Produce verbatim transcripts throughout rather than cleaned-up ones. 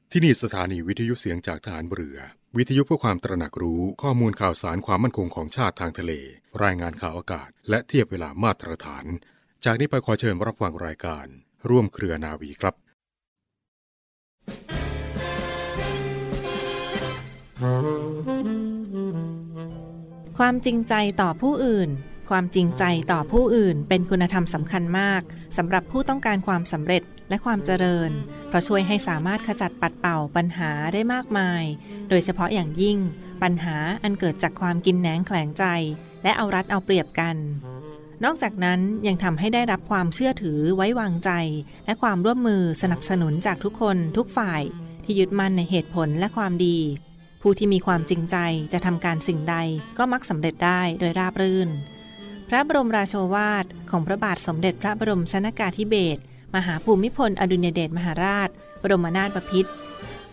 ที่นี่สถานีวิทยุเสียงจากทหารเรือวิทยุเพื่อความตระหนักรู้ข้อมูลข่าวสารความมั่นคงของชาติทางทะเลรายงานข่าวอากาศและเทียบเวลามาตรฐานจากนี้ไปขอเชิญรับฟังรายการร่วมเครือนาวีครับความจริงใจต่อผู้อื่นความจริงใจต่อผู้อื่นเป็นคุณธรรมสำคัญมากสำหรับผู้ต้องการความสำเร็จและความเจริญเพราะช่วยให้สามารถขจัดปัดเป่าปัญหาได้มากมายโดยเฉพาะอย่างยิ่งปัญหาอันเกิดจากความกินแหนงแขลงใจและเอารัดเอาเปรียบกันนอกจากนั้นยังทำให้ได้รับความเชื่อถือไว้วางใจและความร่วมมือสนับสนุนจากทุกคนทุกฝ่ายที่ยึดมั่นในเหตุผลและความดีผู้ที่มีความจริงใจจะทำการสิ่งใดก็มักสำเร็จได้โดยราบรื่นพระบรมราโชวาทของพระบาทสมเด็จพระบรมชนกาธิเบศรมหาภูมิพลอดุลยเดชมหาราชบรมนาถบพิตร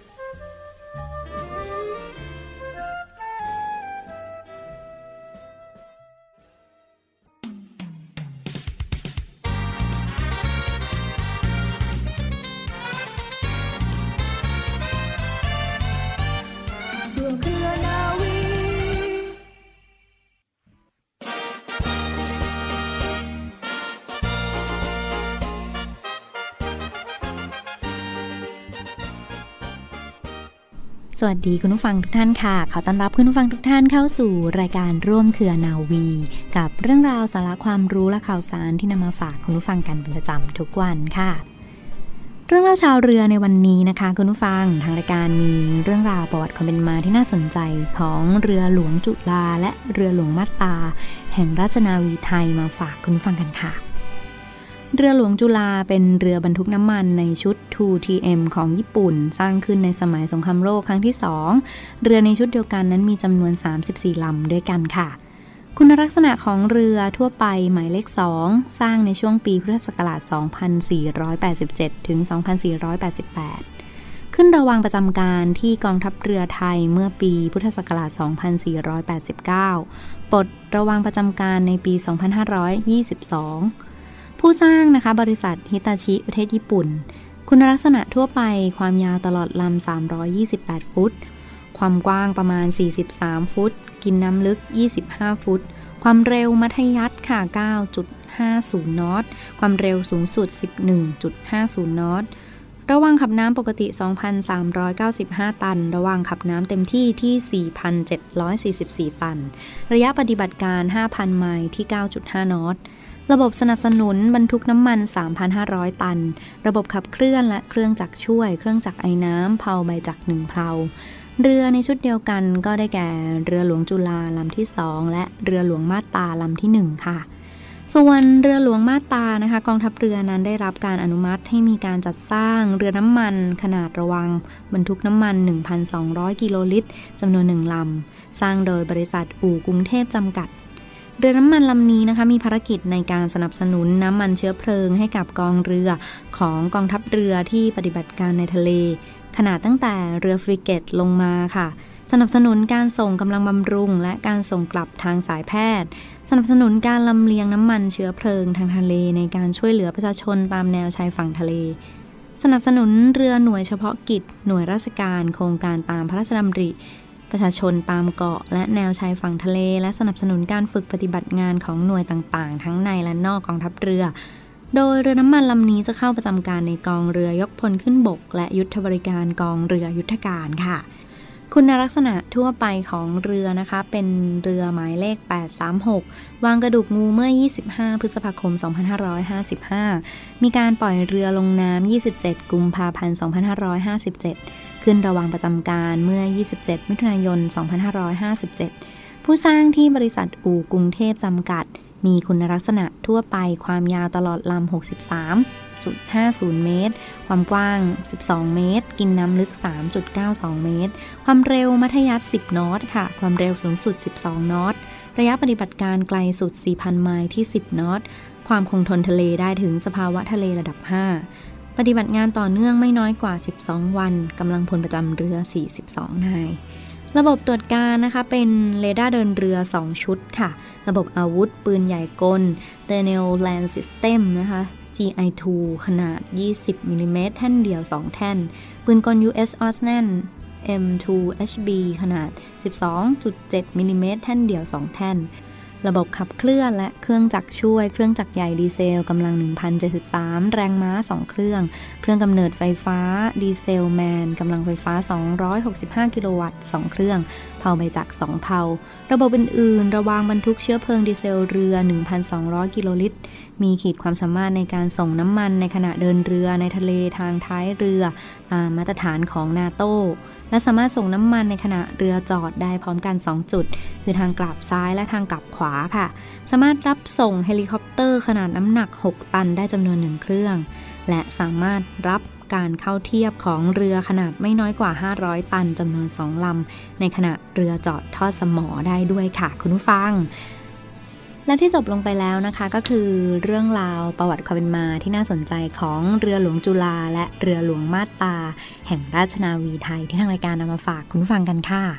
สวัสดีคุณผู้ฟังทุกท่านค่ะขอต้อนรับคุณผู้ฟังทุกท่านเข้าสู่รายการร่วมเครือนาวีกับเรื่องราวสาระความรู้และข่าวสารที่นำมาฝากคุณผู้ฟังกันเป็นประจำทุกวันค่ะเรื่องเล่าชาวเรือในวันนี้นะคะคุณผู้ฟังทางรายการมีเรื่องราวประวัติความเป็นมาที่น่าสนใจของเรือหลวงจุฬาและเรือหลวงมาตราแห่งราชนาวีไทยมาฝากคุณผู้ฟังกันค่ะเรือหลวงจุฬาเป็นเรือบรรทุกน้ำมันในชุด ทู ที เอ็ม ของญี่ปุ่นสร้างขึ้นในสมัยสงครามโลกครั้งที่สองเรือในชุดเดียวกันนั้นมีจำนวนสามสิบสี่ลำด้วยกันค่ะคุณลักษณะของเรือทั่วไปหมายเลขสองสร้างในช่วงปีพุทธศักราชสองพันสี่ร้อยแปดสิบเจ็ดถึงสองพันสี่ร้อยแปดสิบแปดขึ้นระวางประจำการที่กองทัพเรือไทยเมื่อปีพุทธศักราชสองพันสี่ร้อยแปดสิบเก้าปลดระวางประจำการในปีสองพันห้าร้อยยี่สิบสองผู้สร้างนะคะบริษัทฮิตาชิประเทศญี่ปุ่นคุณลักษณะทั่วไปความยาวตลอดลำสามร้อยยี่สิบแปดฟุตความกว้างประมาณสี่สิบสามฟุตกินน้ำลึกยี่สิบห้าฟุตความเร็วมัธยัสถ์ค่ะ เก้าจุดห้าศูนย์ นอตความเร็วสูงสุด สิบเอ็ดจุดห้าศูนย์ นอตระวางขับน้ำปกติ สองพันสามร้อยเก้าสิบห้า ตันระวางขับน้ำเต็มที่ที่ สี่พันเจ็ดร้อยสี่สิบสี่ ตันระยะปฏิบัติการ ห้าพัน ไมล์ที่ เก้าจุดห้า นอตระบบสนับสนุนบรรทุกน้ำมัน สามพันห้าร้อย ตันระบบขับเคลื่อนและเครื่องจักรช่วยเครื่องจักรไอน้ำเพลาใบจักรหนึ่งเพลาเรือในชุดเดียวกันก็ได้แก่เรือหลวงจุฬาลำที่สองและเรือหลวงมาตราลำที่หนึ่งค่ะส่วนเรือหลวงมาตรานะคะกองทัพเรือนั้นได้รับการอนุมัติให้มีการจัดสร้างเรือน้ำมันขนาดระวางบรรทุกน้ำมัน หนึ่งพันสองร้อย กิโลลิตรจำนวนหนึ่งลำสร้างโดยบริษัทอู่กรุงเทพจำกัดเรือน้ำมันลำนี้นะคะมีภารกิจในการสนับสนุนน้ำมันเชื้อเพลิงให้กับกองเรือของกองทัพเรือที่ปฏิบัติการในทะเลขนาดตั้งแต่เรือฟริเกตลงมาค่ะสนับสนุนการส่งกำลังบำรุงและการส่งกลับทางสายแพทย์สนับสนุนการลำเลียงน้ำมันเชื้อเพลิงทางทะเลในการช่วยเหลือประชาชนตามแนวชายฝั่งทะเลสนับสนุนเรือหน่วยเฉพาะกิจหน่วยราชการโครงการตามพระราชดำริประชาชนตามเกาะและแนวชายฝั่งทะเลและสนับสนุนการฝึกปฏิบัติงานของหน่วยต่างๆทั้งในและนอกกองทัพเรือโดยเรือน้ำมันลำนี้จะเข้าประจำการในกองเรือยกพลขึ้นบกและยุทธบริการกองเรือยุทธการค่ะคุณลักษณะทั่วไปของเรือนะคะเป็นเรือหมายเลขแปดสามหกวางกระดูกงูเมื่อยี่สิบห้าพฤษภาคมสองพันห้าร้อยห้าสิบห้ามีการปล่อยเรือลงน้ำยี่สิบเจ็ดกุมภาพันธ์สองพันห้าร้อยห้าสิบเจ็ดขึ้นระวางประจำการเมื่อยี่สิบเจ็ดมิถุนายนสองพันห้าร้อยห้าสิบเจ็ดผู้สร้างที่บริษัทอู่กรุงเทพจำกัดมีคุณลักษณะทั่วไปความยาวตลอดลำ หกสิบสามจุดห้าศูนย์ เมตรความกว้างสิบสองเมตรกินน้ำลึก สามจุดเก้าสอง เมตรความเร็วมัธยัสถ์สิบนอตค่ะความเร็วสูงสุดสิบสองนอตระยะปฏิบัติการไกลสุด สี่พัน ไมล์ที่สิบนอตความคงทนทะเลได้ถึงสภาวะทะเลระดับห้าปฏิบัติงานต่อเนื่องไม่น้อยกว่าสิบสองวันกำลังพลประจำเรือสี่สิบสองนายระบบตรวจการนะคะเป็นเรดาร์เดินเรือสองชุดค่ะระบบอาวุธปืนใหญ่กล Daniel Land System นะคะจี ไอ ทู ขนาดยี่สิบมิลลิเมตรแท่นเดียวสองแท่นปืนกล ยู เอส Osnan เอ็ม ทู เอช บี ขนาด สิบสองจุดเจ็ด มิลลิเมตรแท่นเดียวสองแท่นระบบขับเคลื่อนและเครื่องจักรช่วยเครื่องจักรใหญ่ดีเซลกำลัง หนึ่งพันเจ็ดสิบสาม แรงม้าสองเครื่องเครื่องกำเนิดไฟฟ้าดีเซลแมนกำลังไฟฟ้าสองร้อยหกสิบห้ากิโลวัตต์สองเครื่องเผาใบจักรสองเผาระบบอื่นๆระวางบรรทุกเชื้อเพลิงดีเซลเรือ หนึ่งพันสองร้อย กิโลลิตรมีขีดความสามารถในการส่งน้ำมันในขณะเดินเรือในทะเลทางท้ายเรือตามมาตรฐานของ นาโต และสามารถส่งน้ำมันในขณะเรือจอดได้พร้อมกันสองจุดคือทางกลับซ้ายและทางกลับขวาค่ะสามารถรับส่งเฮลิคอปเตอร์ขนาดน้ำหนักหกตันได้จำนวนหนึ่งเครื่องและสามารถรับการเข้าเทียบของเรือขนาดไม่น้อยกว่าห้าร้อยตันจำนวนสองลำในขณะเรือจอดทอดสมอได้ด้วยค่ะคุณผู้ฟังและที่จบลงไปแล้วนะคะก็คือเรื่องราวประวัติความเป็นมาที่น่าสนใจของเรือหลวงจุฬาและเรือหลวงมาตราแห่งราชนาวีไทยที่ทางรายการนำมาฝากคุณผู้ฟังกันค่ะ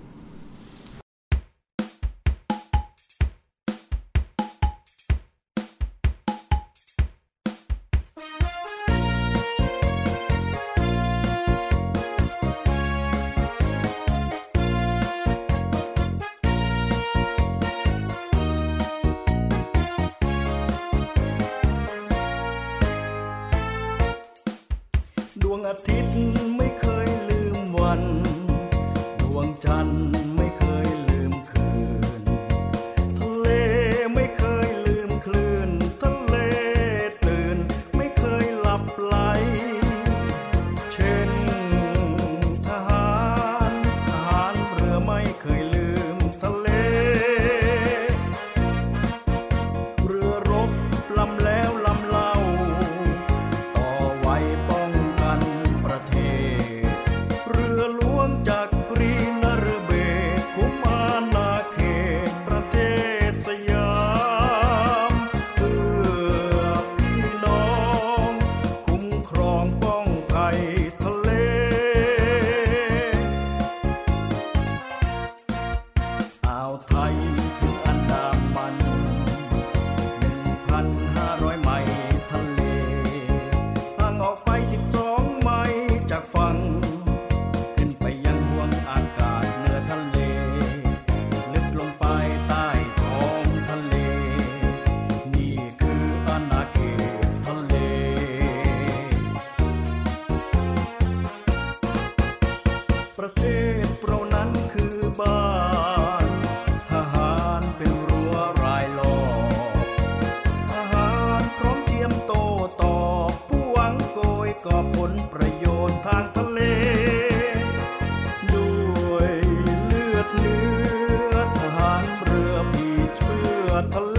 อาทิตย์ไม่เคยลืมวันดวงจันทร์ไม่เคยลืมคืนทะเลไม่เคยลืมคลื่นทะเลตื่นไม่เคยหลับไหลเช่นทหารทหารเรือไม่เคยลืมทะเลเรือรบลำแล้วลำเล่าต่อไว้ป้องกันประเทศเรือหลวงจักรีนฤเบศรคุ้มอาณาเขตประเทศสยามเพื่อพี่น้องคุ้มครองป้องภัยทะเลอ่าวไทยถึงอันดามัน หนึ่งพันห้าร้อย ไมล์ทะเลห่างออกไปสิบสองไมล์จากฝั่งขึ้นไปยังห่วงอากาศเหนือทะเลลึกลงไปใต้ท้องทะเลนี่คืออาณาเขตทะเลประเทศเรานั้นคือบ้านทหารเป็นรั้วรายล้อมทหารพร้อมเทียมโต้ตอบผู้หวังโกยก่อผลประโยชน์ทางทะเลด้วยเลือดเนื้อทหารเรือผีเชื่อทะเล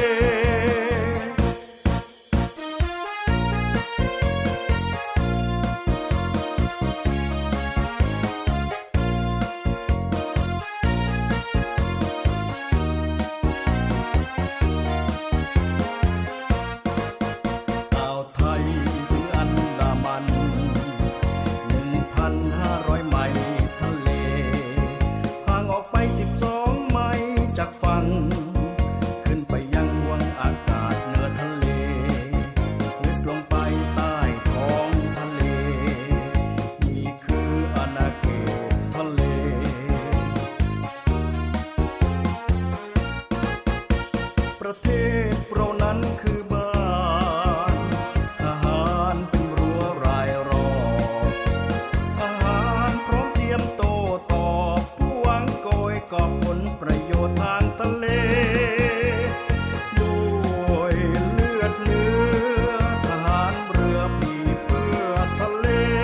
อ่าวไทยถึงอันดามัน หนึ่งพันห้าร้อย ไมล์ทะเลห่างออกไปสิบสองไมล์จากฝั่งขึ้นไปยังห่วงอากาศเหนือทะเลลึกลงไปใต้ท้องทะเลนี่คืออาณาเขตทะเลประเทศเรานั้นคือบ้านทหารเป็นรั้วรายล้อมทหารพร้อมเทียมโต้ตอบผู้หวังโกยก่อผลประโยชน์ทางทะเลด้วยเลือดเนื้อทหารเรือผีเพื่อทะเล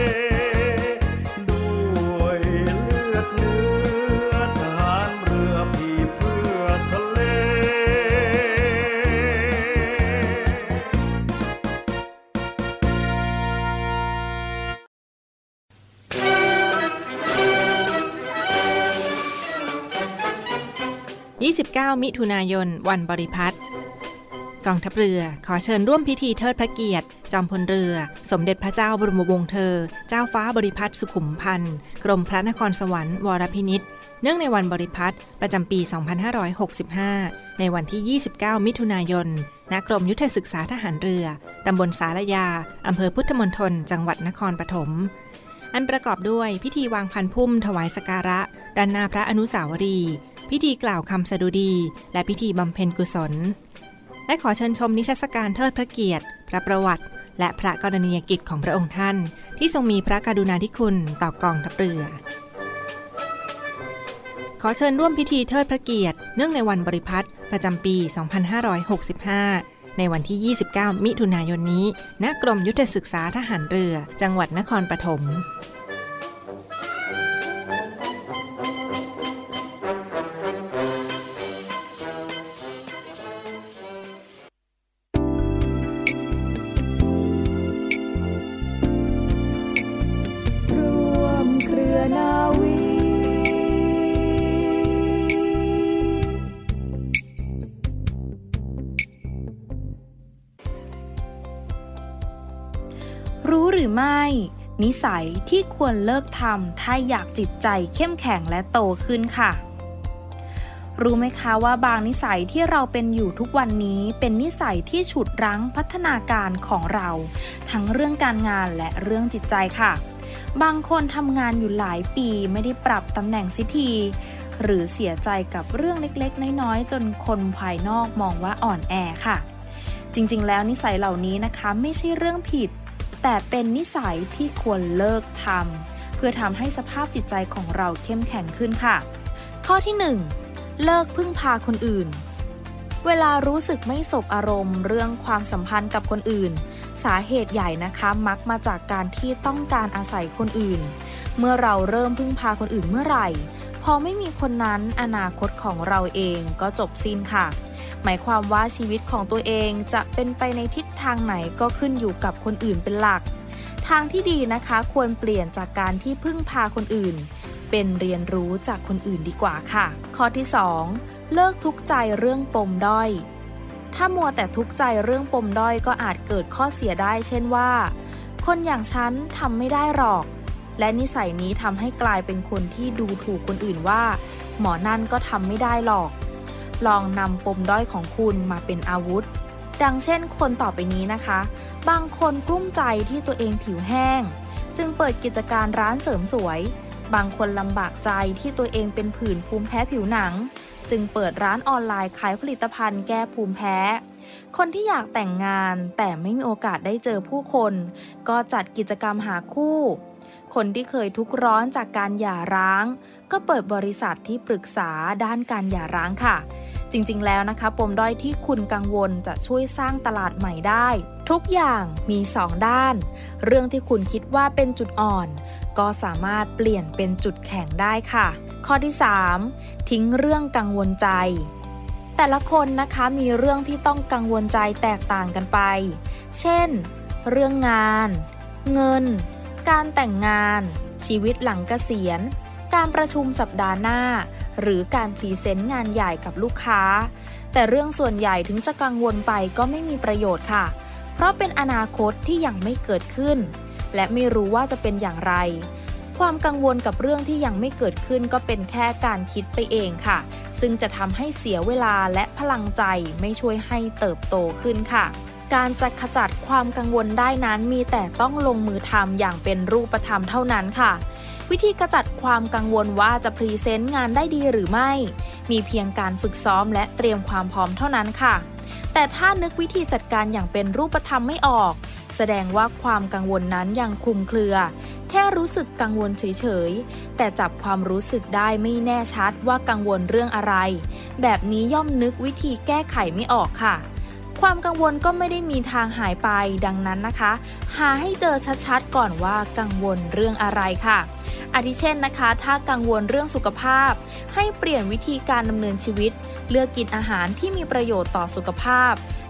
ด้วยเลือดเนื้อทหารเรือผีเพื่อทะเลยี่สิบเก้า มิถุนายนวันบริพัตรกองทัพเรือขอเชิญร่วมพิธีเทิดพระเกียรติจอมพลเรือสมเด็จพระเจ้าบรมวงศ์เธอเจ้าฟ้าบริพัตรสุขุมพันธ์กรมพระนครสวรรค์วรพินิจเนื่องในวันบริพัตรประจำปี สองพันห้าร้อยหกสิบห้า ในวันที่ ยี่สิบเก้า มิถุนายน ณ กรมยุทธศึกษาทหารเรือตำบลสารยาอำเภอพุทธมณฑลจังหวัดนครปฐมอันประกอบด้วยพิธีวางพันพุ่มถวายสักการะด้านหน้าพระอนุสาวรีย์พิธีกล่าวคำสดุดีและพิธีบำเพ็ญกุศลและขอเชิญชมนิทรรศการเทิดพระเกียรติพระประวัติและพระกรณียกิจของพระองค์ท่านที่ทรงมีพระกรุณาธิคุณต่อกองทัพเรือขอเชิญร่วมพิธีเทิดพระเกียรติเนื่องในวันบริพัตรประจำปี สองพันห้าร้อยหกสิบห้า ในวันที่ ยี่สิบเก้า มิถุนายนนี้ ณ กรมยุทธศึกษาทหารเรือจังหวัดนครปฐมรู้หรือไม่นิสัยที่ควรเลิกทำถ้าอยากจิตใจเข้มแข็งและโตขึ้นค่ะรู้ไหมคะว่าบางนิสัยที่เราเป็นอยู่ทุกวันนี้เป็นนิสัยที่ฉุดรั้งพัฒนาการของเราทั้งเรื่องการงานและเรื่องจิตใจค่ะบางคนทำงานอยู่หลายปีไม่ได้ปรับตำแหน่งสักทีหรือเสียใจกับเรื่องเล็กๆน้อยๆจนคนภายนอกมองว่าอ่อนแอค่ะจริงๆแล้วนิสัยเหล่านี้นะคะไม่ใช่เรื่องผิดแต่เป็นนิสัยที่ควรเลิกทำเพื่อทำให้สภาพจิตใจของเราเข้มแข็งขึ้นค่ะข้อที่หนึ่งเลิกพึ่งพาคนอื่นเวลารู้สึกไม่สบอารมณ์เรื่องความสัมพันธ์กับคนอื่นสาเหตุใหญ่นะคะมักมาจากการที่ต้องการอาศัยคนอื่นเมื่อเราเริ่มพึ่งพาคนอื่นเมื่อไหร่พอไม่มีคนนั้นอนาคตของเราเองก็จบสิ้นค่ะหมายความว่าชีวิตของตัวเองจะเป็นไปในทิศทางไหนก็ขึ้นอยู่กับคนอื่นเป็นหลักทางที่ดีนะคะควรเปลี่ยนจากการที่พึ่งพาคนอื่นเป็นเรียนรู้จากคนอื่นดีกว่าค่ะข้อที่สองเลิกทุกข์ใจเรื่องปมด้อยถ้ามัวแต่ทุกข์ใจเรื่องปมด้อยก็อาจเกิดข้อเสียได้เช่นว่าคนอย่างฉันทำไม่ได้หรอกและนิสัยนี้ทำให้กลายเป็นคนที่ดูถูกคนอื่นว่าหมอนั่นก็ทำไม่ได้หรอกลองนำปมด้อยของคุณมาเป็นอาวุธดังเช่นคนต่อไปนี้นะคะบางคนกลุ้มใจที่ตัวเองผิวแห้งจึงเปิดกิจการร้านเสริมสวยบางคนลำบากใจที่ตัวเองเป็นผื่นภูมิแพ้ผิวหนังจึงเปิดร้านออนไลน์ขายผลิตภัณฑ์แก้ภูมิแพ้คนที่อยากแต่งงานแต่ไม่มีโอกาสได้เจอผู้คนก็จัดกิจกรรมหาคู่คนที่เคยทุกข์ร้อนจากการหย่าร้างก็เปิดบริษัทที่ปรึกษาด้านการหย่าร้างค่ะจริงๆแล้วนะคะปมด้อยที่คุณกังวลจะช่วยสร้างตลาดใหม่ได้ทุกอย่างมีสองด้านเรื่องที่คุณคิดว่าเป็นจุดอ่อนก็สามารถเปลี่ยนเป็นจุดแข็งได้ค่ะข้อที่สามทิ้งเรื่องกังวลใจแต่ละคนนะคะมีเรื่องที่ต้องกังวลใจแตกต่างกันไปเช่นเรื่องงานเงินการแต่งงานชีวิตหลังเกษียณการประชุมสัปดาห์หน้าหรือการพรีเซนต์งานใหญ่กับลูกค้าแต่เรื่องส่วนใหญ่ถึงจะกังวลไปก็ไม่มีประโยชน์ค่ะเพราะเป็นอนาคตที่ยังไม่เกิดขึ้นและไม่รู้ว่าจะเป็นอย่างไรความกังวลกับเรื่องที่ยังไม่เกิดขึ้นก็เป็นแค่การคิดไปเองค่ะซึ่งจะทำให้เสียเวลาและพลังใจไม่ช่วยให้เติบโตขึ้นค่ะการจะขจัดความกังวลได้นั้นมีแต่ต้องลงมือทำอย่างเป็นรูปธรรมเท่านั้นค่ะวิธีขจัดความกังวลว่าจะพรีเซนต์งานได้ดีหรือไม่มีเพียงการฝึกซ้อมและเตรียมความพร้อมเท่านั้นค่ะแต่ถ้านึกวิธีจัดการอย่างเป็นรูปธรรมไม่ออกแสดงว่าความกังวลนั้นยังคลุมเครือแค่รู้สึกกังวลเฉยๆแต่จับความรู้สึกได้ไม่แน่ชัดว่ากังวลเรื่องอะไรแบบนี้ย่อมนึกวิธีแก้ไขไม่ออกค่ะความกังวลก็ไม่ได้มีทางหายไปดังนั้นนะคะหาให้เจอชัดๆก่อนว่ากังวลเรื่องอะไรค่ะอาทิเช่นนะคะถ้ากังวลเรื่องสุขภาพให้เปลี่ยนวิธีการดำเนินชีวิตเลือกกินอาหารที่มีประโยชน์ต่อสุขภาพ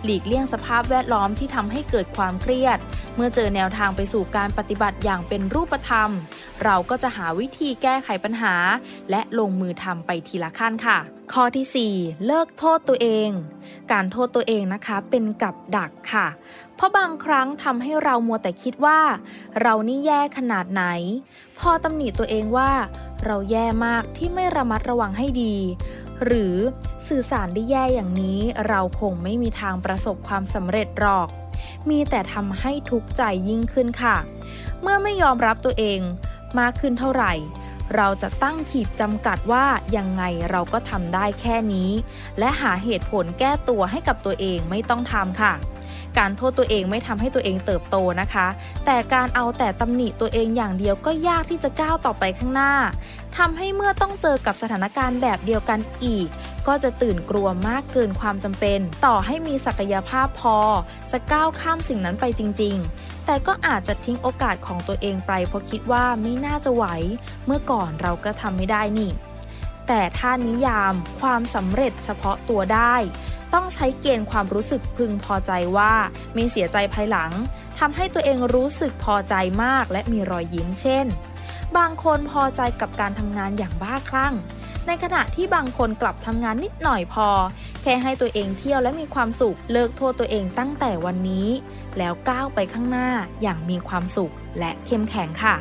หลีกเลี่ยงสภาพแวดล้อมที่ทำให้เกิดความเครียดเมื่อเจอแนวทางไปสู่การปฏิบัติอย่างเป็นรูปธรรมเราก็จะหาวิธีแก้ไขปัญหาและลงมือทำไปทีละขั้นค่ะข้อที่สี่เลิกโทษตัวเองการโทษตัวเองนะคะเป็นกับดักค่ะเพราะบางครั้งทำให้เรามัวแต่คิดว่าเรานี่แย่ขนาดไหนพอตำหนิตัวเองว่าเราแย่มากที่ไม่ระมัดระวังให้ดีหรือสื่อสารได้แย่อย่างนี้เราคงไม่มีทางประสบความสำเร็จหรอกมีแต่ทำให้ทุกข์ใจยิ่งขึ้นค่ะเมื่อไม่ยอมรับตัวเองมากขึ้นเท่าไหร่เราจะตั้งขีดจำกัดว่ายังไงเราก็ทำได้แค่นี้และหาเหตุผลแก้ตัวให้กับตัวเองไม่ต้องทำค่ะการโทษตัวเองไม่ทำให้ตัวเองเติบโตนะคะแต่การเอาแต่ตำหนิตัวเองอย่างเดียวก็ยากที่จะก้าวต่อไปข้างหน้าทำให้เมื่อต้องเจอกับสถานการณ์แบบเดียวกันอีกก็จะตื่นกลัวมากเกินความจำเป็นต่อให้มีศักยภาพพอจะก้าวข้ามสิ่งนั้นไปจริงๆแต่ก็อาจจะทิ้งโอกาสของตัวเองไปเพราะคิดว่าไม่น่าจะไหวเมื่อก่อนเราก็ทำไม่ได้นี่แต่ถ้านิยามความสำเร็จเฉพาะตัวได้ต้องใช้เกณฑ์ความรู้สึกพึงพอใจว่าไม่เสียใจภายหลังทำให้ตัวเองรู้สึกพอใจมากและมีรอยยิ้มเช่นบางคนพอใจกับการทำงานอย่างบ้าคลั่งในขณะที่บางคนกลับทำงานนิดหน่อยพอแค่ให้ตัวเองเที่ยวและมีความสุขเลิกโทษตัวเองตั้งแต่วันนี้แล้วก้าวไปข้างหน้าอย่างมีความสุขและเข้มแข็งค่ะ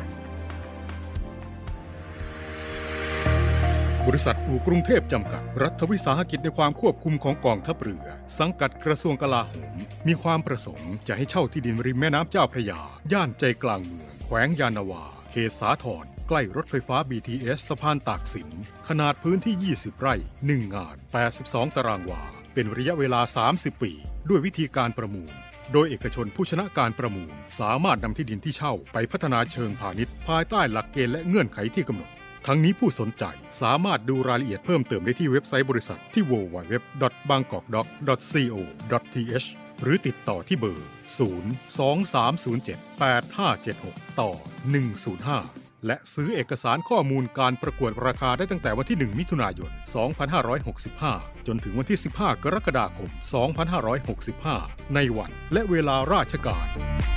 บริษัทอู่กรุงเทพจำกัดรัฐวิสาหกิจในความควบคุมของกองทัพเรือสังกัดกระทรวงกลาโหมมีความประสงค์จะให้เช่าที่ดินริมแม่น้ำเจ้าพระยาย่านใจกลางเมืองแขวงยานนาวาเขตสาทรใกล้รถไฟฟ้า บี ที เอส สะพานตากสินขนาดพื้นที่ยี่สิบไร่หนึ่งงานแปดสิบสองตารางวาเป็นระยะเวลาสามสิบปีด้วยวิธีการประมูลโดยเอกชนผู้ชนะการประมูลสามารถนำที่ดินที่เช่าไปพัฒนาเชิงพาณิชย์ภายใต้หลักเกณฑ์และเงื่อนไขที่กำหนดทั้งนี้ผู้สนใจสามารถดูรายละเอียดเพิ่มเติมได้ที่เว็บไซต์บริษัทที่ ดับเบิลยู ดับเบิลยู ดับเบิลยู ดอท บางกอกด็อก ดอท ซี โอ ดอท ที เอช หรือติดต่อที่เบอร์ ศูนย์ สอง สาม ศูนย์ เจ็ด แปด ห้า เจ็ด หก ต่อ หนึ่ง ศูนย์ ห้า และซื้อเอกสารข้อมูลการประกวดราคาได้ตั้งแต่วันที่หนึ่งมิถุนายนสองพันห้าร้อยหกสิบห้าจนถึงวันที่สิบห้ากรกฎาคมสองพันห้าร้อยหกสิบห้าในวันและเวลาราชการ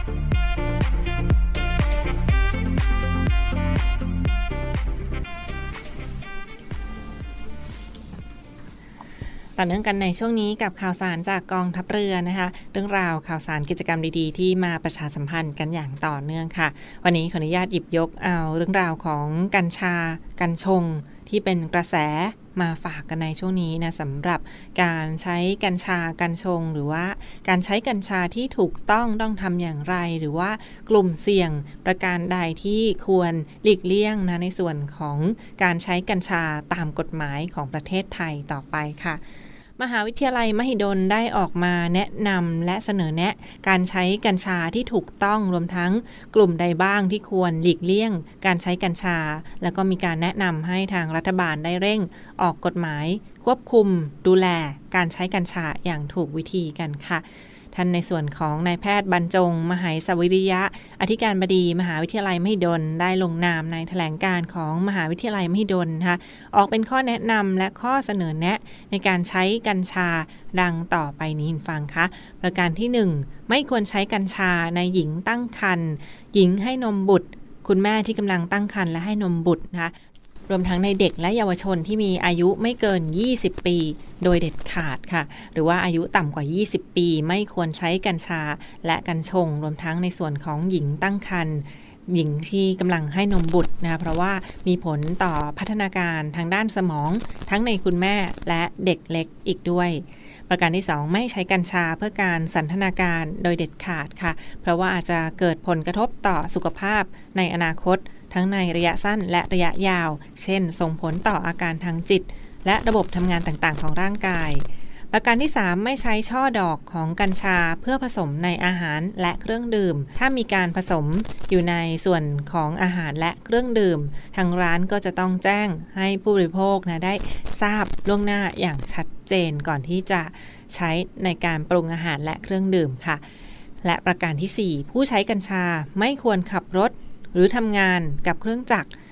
ต่อเนื่องกันในช่วงนี้กับข่าวสารจากกองทัพเรือนะคะเรื่องราวข่าวสารกิจกรรมดีๆที่มาประชาสัมพันธ์กันอย่างต่อเนื่องค่ะวันนี้ขออนุญาตหยิบยกเอาเรื่องราวของกัญชากัญชงที่เป็นกระแสมาฝากกันในช่วงนี้นะสำหรับการใช้กัญชากัญชงหรือว่าการใช้กัญชาที่ถูกต้องต้องทำอย่างไรหรือว่ากลุ่มเสี่ยงประการใดที่ควรหลีกเลี่ยงนะในส่วนของการใช้กัญชาตามกฎหมายของประเทศไทยต่อไปค่ะมหาวิทยาลัยมหิดลได้ออกมาแนะนำและเสนอแนะการใช้กัญชาที่ถูกต้องรวมทั้งกลุ่มใดบ้างที่ควรหลีกเลี่ยงการใช้กัญชาแล้วก็มีการแนะนำให้ทางรัฐบาลได้เร่งออกกฎหมายควบคุมดูแลการใช้กัญชาอย่างถูกวิธีกันค่ะท่านในส่วนของนายแพทย์บรรจงมหาสวิริยะอธิการบดีมหาวิทยาลัยมหิดลได้ลงนามในแถลงการของมหาวิทยาลัยมหิดลนะคะออกเป็นข้อแนะนำและข้อเสนอแนะในการใช้กัญชาดังต่อไปนี้ฟังค่ะประการที่หนึ่งไม่ควรใช้กัญชาในหญิงตั้งครรภ์หญิงให้นมบุตรคุณแม่ที่กำลังตั้งครรภ์และให้นมบุตรนะคะรวมทั้งในเด็กและเยาวชนที่มีอายุไม่เกินยี่สิบปีโดยเด็ดขาดค่ะหรือว่าอายุต่ำกว่ายี่สิบปีไม่ควรใช้กัญชาและกัญชงรวมทั้งในส่วนของหญิงตั้งครรภ์หญิงที่กำลังให้นมบุตรนะเพราะว่ามีผลต่อพัฒนาการทางด้านสมองทั้งในคุณแม่และเด็กเล็กอีกด้วยประการที่สองไม่ใช้กัญชาเพื่อการสันทนาการโดยเด็ดขาดค่ะเพราะว่าอาจจะเกิดผลกระทบต่อสุขภาพในอนาคตทั้งในระยะสั้นและระยะยาวเช่นส่งผลต่ออาการทางจิตและระบบทำงานต่างๆของร่างกายประการที่สามไม่ใช้ช่อดอกของกัญชาเพื่อผสมในอาหารและเครื่องดื่มถ้ามีการผสมอยู่ในส่วนของอาหารและเครื่องดื่มทางร้านก็จะต้องแจ้งให้ผู้บริโภคนะได้ทราบล่วงหน้าอย่างชัดเจนก่อนที่จะใช้ในการปรุงอาหารและเครื่องดื่มค่ะและประการที่สี่ผู้ใช้กัญชาไม่ควรขับรถหรือทำงานกับเครื่องจักร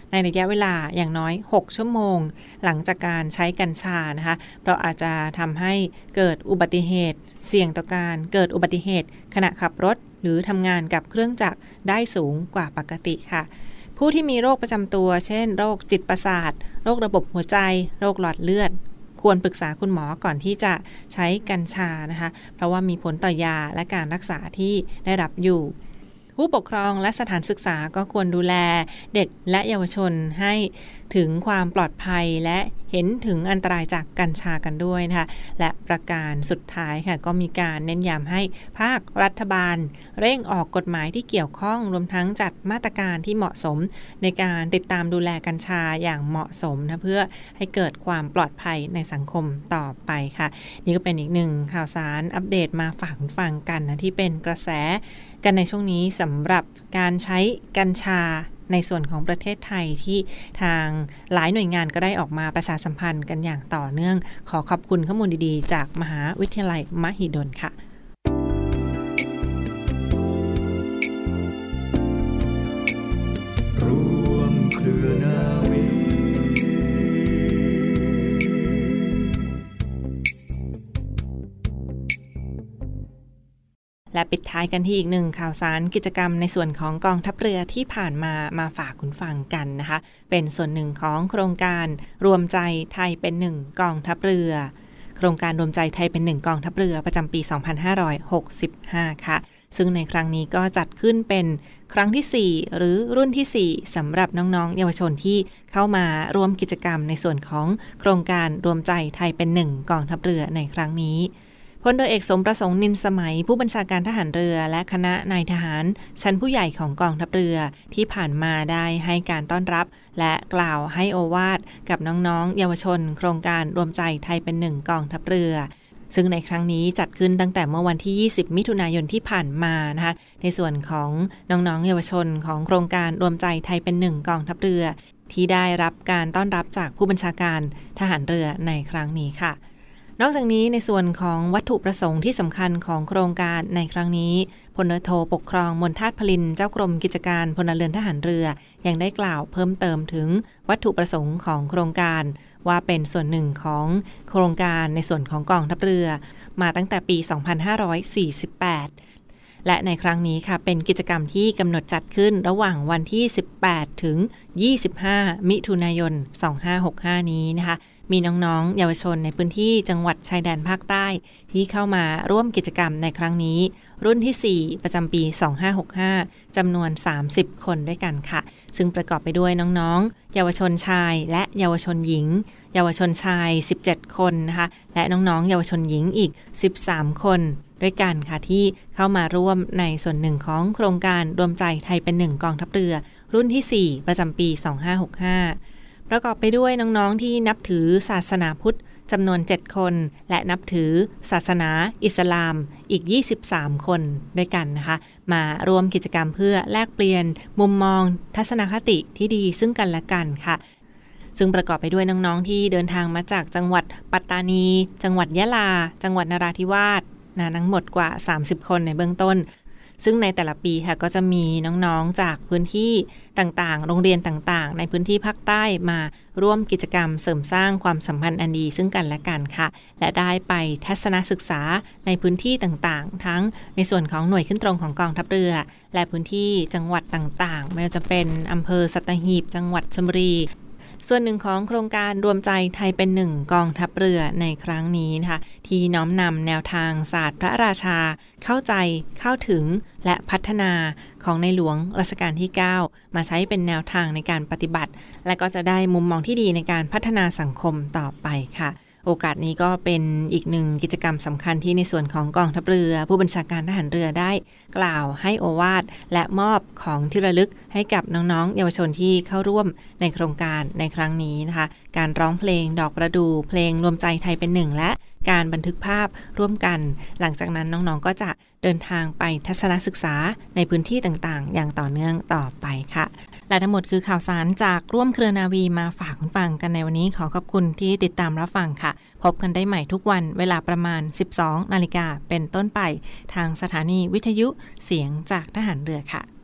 ในระยะเวลาอย่างน้อยหกชั่วโมงหลังจากการใช้กัญชานะคะเพราะอาจจะทำให้เกิดอุบัติเหตุเสี่ยงต่อการเกิดอุบัติเหตุขณะขับรถหรือทำงานกับเครื่องจักรได้สูงกว่าปกติค่ะผู้ที่มีโรคประจำตัวเช่นโรคจิตประสาทโรคระบบหัวใจโรคหลอดเลือดควรปรึกษาคุณหมอก่อนที่จะใช้กัญชานะคะเพราะว่ามีผลต่อยาและการรักษาที่ได้รับอยู่ผู้ปกครองและสถานศึกษาก็ควรดูแลเด็กและเยาวชนให้ถึงความปลอดภัยและเห็นถึงอันตรายจากกัญชากันด้วยนะคะและประการสุดท้ายค่ะก็มีการเน้นย้ำให้ภาครัฐบาลเร่งออกกฎหมายที่เกี่ยวข้องรวมทั้งจัดมาตรการที่เหมาะสมในการติดตามดูแลกัญชาอย่างเหมาะสมนะเพื่อให้เกิดความปลอดภัยในสังคมต่อไปค่ะนี่ก็เป็นอีกหนึ่งข่าวสารอัปเดตมาฝากคุณฟังกันนะที่เป็นกระแสกันในช่วงนี้สำหรับการใช้กัญชาในส่วนของประเทศไทยที่ทางหลายหน่วยงานก็ได้ออกมาประชาสัมพันธ์กันอย่างต่อเนื่องขอขอบคุณข้อมูลดีๆจากมหาวิทยาลัยมหิดลค่ะร่วมเครือนาวีและปิดท้ายกันที่อีกหนึ่งข่าวสารกิจกรรมในส่วนของกองทัพเรือที่ผ่านมามาฝากคุณฟังกันนะคะเป็นส่วนหนึ่งของโครงการรวมใจไทยเป็นหนึ่งกองทัพเรือโครงการรวมใจไทยเป็นหนึ่งกองทัพเรือประจำปีสองพันห้าร้อยหกสิบห้าค่ะซึ่งในครั้งนี้ก็จัดขึ้นเป็นครั้งที่สี่หรือรุ่นที่สี่สำหรับน้องๆเยาวชนที่เข้ามาร่วมกิจกรรมในส่วนของโครงการรวมใจไทยเป็นหนึ่งกองทัพเรือในครั้งนี้พลเรือเอกสมประสงค์นินสมัยผู้บัญชาการทหารเรือและคณะนายทหารชั้นผู้ใหญ่ของกองทัพเรือที่ผ่านมาได้ให้การต้อนรับและกล่าวให้โอวาทกับน้องๆเยาวชนโครงการรวมใจไทยเป็นหนึ่งกองทัพเรือซึ่งในครั้งนี้จัดขึ้นตั้งแต่เมื่อวันที่ยี่สิบมิถุนายนที่ผ่านมานะคะในส่วนของน้องๆเยาวชนของโครงการรวมใจไทยเป็นหนึ่งกองทัพเรือที่ได้รับการต้อนรับจากผู้บัญชาการทหารเรือในครั้งนี้ค่ะนอกจากนี้ในส่วนของวัตถุประสงค์ที่สำคัญของโครงการในครั้งนี้พลเรือโทปกครองมนทาตพลินเจ้ากรมกิจการพลเรือนทหารเรือยังได้กล่าวเพิ่มเติมถึงวัตถุประสงค์ของโครงการว่าเป็นส่วนหนึ่งของโครงการในส่วนของกองทัพเรือมาตั้งแต่ปีสองพันห้าร้อยสี่สิบแปดและในครั้งนี้ค่ะเป็นกิจกรรมที่กำหนดจัดขึ้นระหว่างวันที่สิบแปดถึงยี่สิบห้ามิถุนายนสองพันห้าร้อยหกสิบห้านี้นะคะมีน้องๆเยาวชนในพื้นที่จังหวัดชายแดนภาคใต้ที่เข้ามาร่วมกิจกรรมในครั้งนี้รุ่นที่สี่ประจำปีสองพันห้าร้อยหกสิบห้าจำนวนสามสิบคนด้วยกันค่ะซึ่งประกอบไปด้วยน้องๆเยาวชนชายและเยาวชนหญิงเยาวชนชายสิบเจ็ดคนนะคะและน้องๆเยาวชนหญิงอีกสิบสามคนด้วยกันค่ะที่เข้ามาร่วมในส่วนหนึ่งของโครงการรวมใจไทยเป็นหนึ่งกองทัพเรือรุ่นที่สี่ประจำปีสองพันห้าร้อยหกสิบห้าประกอบไปด้วยน้องๆที่นับถือศาสนาพุทธจำนวนเจ็ดคนและนับถือศาสนาอิสลามอีกยี่สิบสามคนด้วยกันนะคะมาร่วมกิจกรรมเพื่อแลกเปลี่ยนมุมมองทัศนคติที่ดีซึ่งกันและกันค่ะซึ่งประกอบไปด้วยน้องๆที่เดินทางมาจากจังหวัดปัตตานีจังหวัดยะลาจังหวัดนราธิวาสนะทั้งหมดกว่าสามสิบคนในเบื้องต้นซึ่งในแต่ละปีค่ะก็จะมีน้องๆจากพื้นที่ต่างๆโรงเรียนต่างๆในพื้นที่ภาคใต้มาร่วมกิจกรรมเสริมสร้างความสัมพันธ์อันดีซึ่งกันและกันค่ะและได้ไปทัศนศึกษาในพื้นที่ต่างๆทั้งในส่วนของหน่วยขึ้นตรงของกองทัพเรือและพื้นที่จังหวัดต่างๆไม่ว่าจะเป็นอำเภอสัตหีบจังหวัดชลบุรีส่วนหนึ่งของโครงการรวมใจไทยเป็นหนึ่งกองทัพเรือในครั้งนี้นะคะที่น้อมนำแนวทางศาสตร์พระราชาเข้าใจเข้าถึงและพัฒนาของในหลวงรัชกาลที่เก้ามาใช้เป็นแนวทางในการปฏิบัติและก็จะได้มุมมองที่ดีในการพัฒนาสังคมต่อไปค่ะโอกาสนี้ก็เป็นอีกหนึ่งกิจกรรมสำคัญที่ในส่วนของกองทัพเรือผู้บัญชาการทหารเรือได้กล่าวให้โอวาทและมอบของที่ระลึกให้กับน้องๆเยาวชนที่เข้าร่วมในโครงการในครั้งนี้นะคะการร้องเพลงดอกประดู่เพลงรวมใจไทยเป็นหนึ่งและการบันทึกภาพร่วมกันหลังจากนั้นน้องๆก็จะเดินทางไปทัศนศึกษาในพื้นที่ต่างๆอย่างต่อเนื่องต่อไปค่ะและทั้งหมดคือข่าวสารจากร่วมเครือนาวีมาฝากคุณฟังกันในวันนี้ขอขอบคุณที่ติดตามรับฟังค่ะพบกันได้ใหม่ทุกวันเวลาประมาณ สิบสองนาฬิกาเป็นต้นไปทางสถานีวิทยุเสียงจากทหารเรือค่ะ